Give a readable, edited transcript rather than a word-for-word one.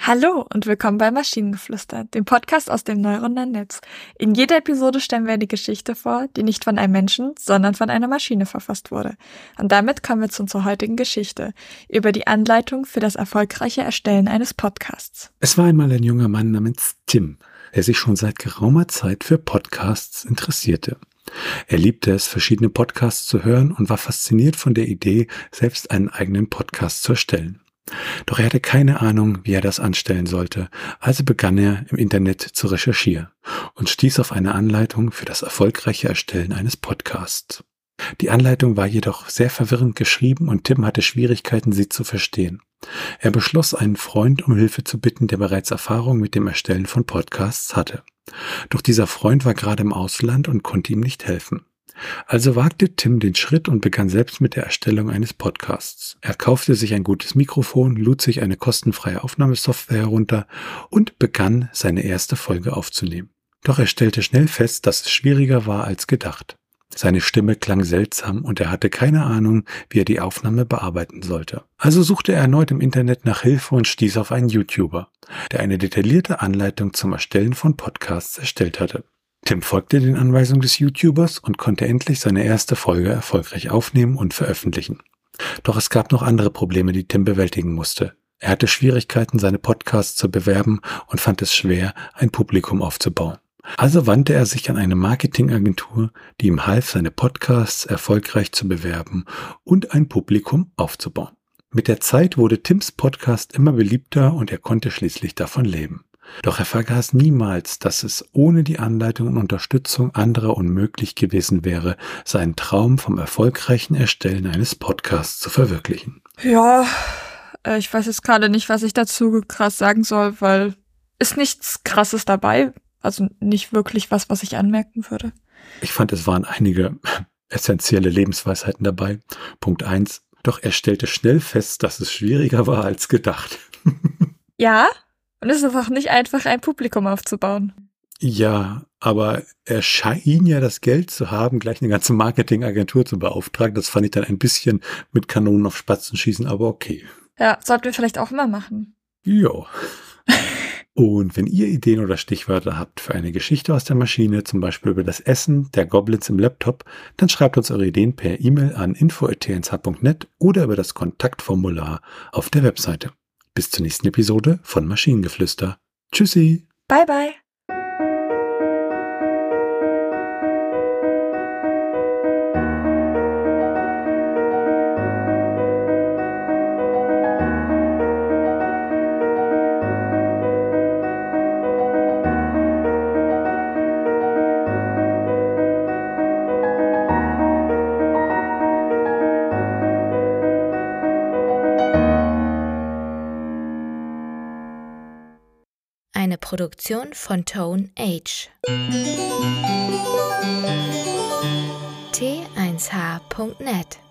Hallo und willkommen bei Maschinengeflüster, dem Podcast aus dem neuronalen Netz. In jeder Episode stellen wir die Geschichte vor, die nicht von einem Menschen, sondern von einer Maschine verfasst wurde. Und damit kommen wir zu unserer heutigen Geschichte über die Anleitung für das erfolgreiche Erstellen eines Podcasts. Es war einmal ein junger Mann namens Tim, der sich schon seit geraumer Zeit für Podcasts interessierte. Er liebte es, verschiedene Podcasts zu hören und war fasziniert von der Idee, selbst einen eigenen Podcast zu erstellen. Doch er hatte keine Ahnung, wie er das anstellen sollte, also begann er im Internet zu recherchieren und stieß auf eine Anleitung für das erfolgreiche Erstellen eines Podcasts. Die Anleitung war jedoch sehr verwirrend geschrieben und Tim hatte Schwierigkeiten, sie zu verstehen. Er beschloss, einen Freund um Hilfe zu bitten, der bereits Erfahrung mit dem Erstellen von Podcasts hatte. Doch dieser Freund war gerade im Ausland und konnte ihm nicht helfen. Also wagte Tim den Schritt und begann selbst mit der Erstellung eines Podcasts. Er kaufte sich ein gutes Mikrofon, lud sich eine kostenfreie Aufnahmesoftware herunter und begann, seine erste Folge aufzunehmen. Doch er stellte schnell fest, dass es schwieriger war als gedacht. Seine Stimme klang seltsam und er hatte keine Ahnung, wie er die Aufnahme bearbeiten sollte. Also suchte er erneut im Internet nach Hilfe und stieß auf einen YouTuber, der eine detaillierte Anleitung zum Erstellen von Podcasts erstellt hatte. Tim folgte den Anweisungen des YouTubers und konnte endlich seine erste Folge erfolgreich aufnehmen und veröffentlichen. Doch es gab noch andere Probleme, die Tim bewältigen musste. Er hatte Schwierigkeiten, seine Podcasts zu bewerben und fand es schwer, ein Publikum aufzubauen. Also wandte er sich an eine Marketingagentur, die ihm half, seine Podcasts erfolgreich zu bewerben und ein Publikum aufzubauen. Mit der Zeit wurde Tims Podcast immer beliebter und er konnte schließlich davon leben. Doch er vergaß niemals, dass es ohne die Anleitung und Unterstützung anderer unmöglich gewesen wäre, seinen Traum vom erfolgreichen Erstellen eines Podcasts zu verwirklichen. Ja, ich weiß jetzt gerade nicht, was ich dazu krass sagen soll, weil ist nichts Krasses dabei. Also nicht wirklich was ich anmerken würde. Ich fand, es waren einige essentielle Lebensweisheiten dabei. Punkt 1. Doch er stellte schnell fest, dass es schwieriger war als gedacht. Ja, und es ist auch nicht einfach, ein Publikum aufzubauen. Ja, aber er schien ja das Geld zu haben, gleich eine ganze Marketingagentur zu beauftragen. Das fand ich dann ein bisschen mit Kanonen auf Spatzen schießen, aber okay. Ja, sollten wir vielleicht auch mal machen. Jo. Und wenn ihr Ideen oder Stichwörter habt für eine Geschichte aus der Maschine, zum Beispiel über das Essen der Goblins im Laptop, dann schreibt uns eure Ideen per E-Mail an info@tnsh.net oder über das Kontaktformular auf der Webseite. Bis zur nächsten Episode von Maschinengeflüster. Tschüssi. Bye, bye. Eine Produktion von Tone Age. T1h.net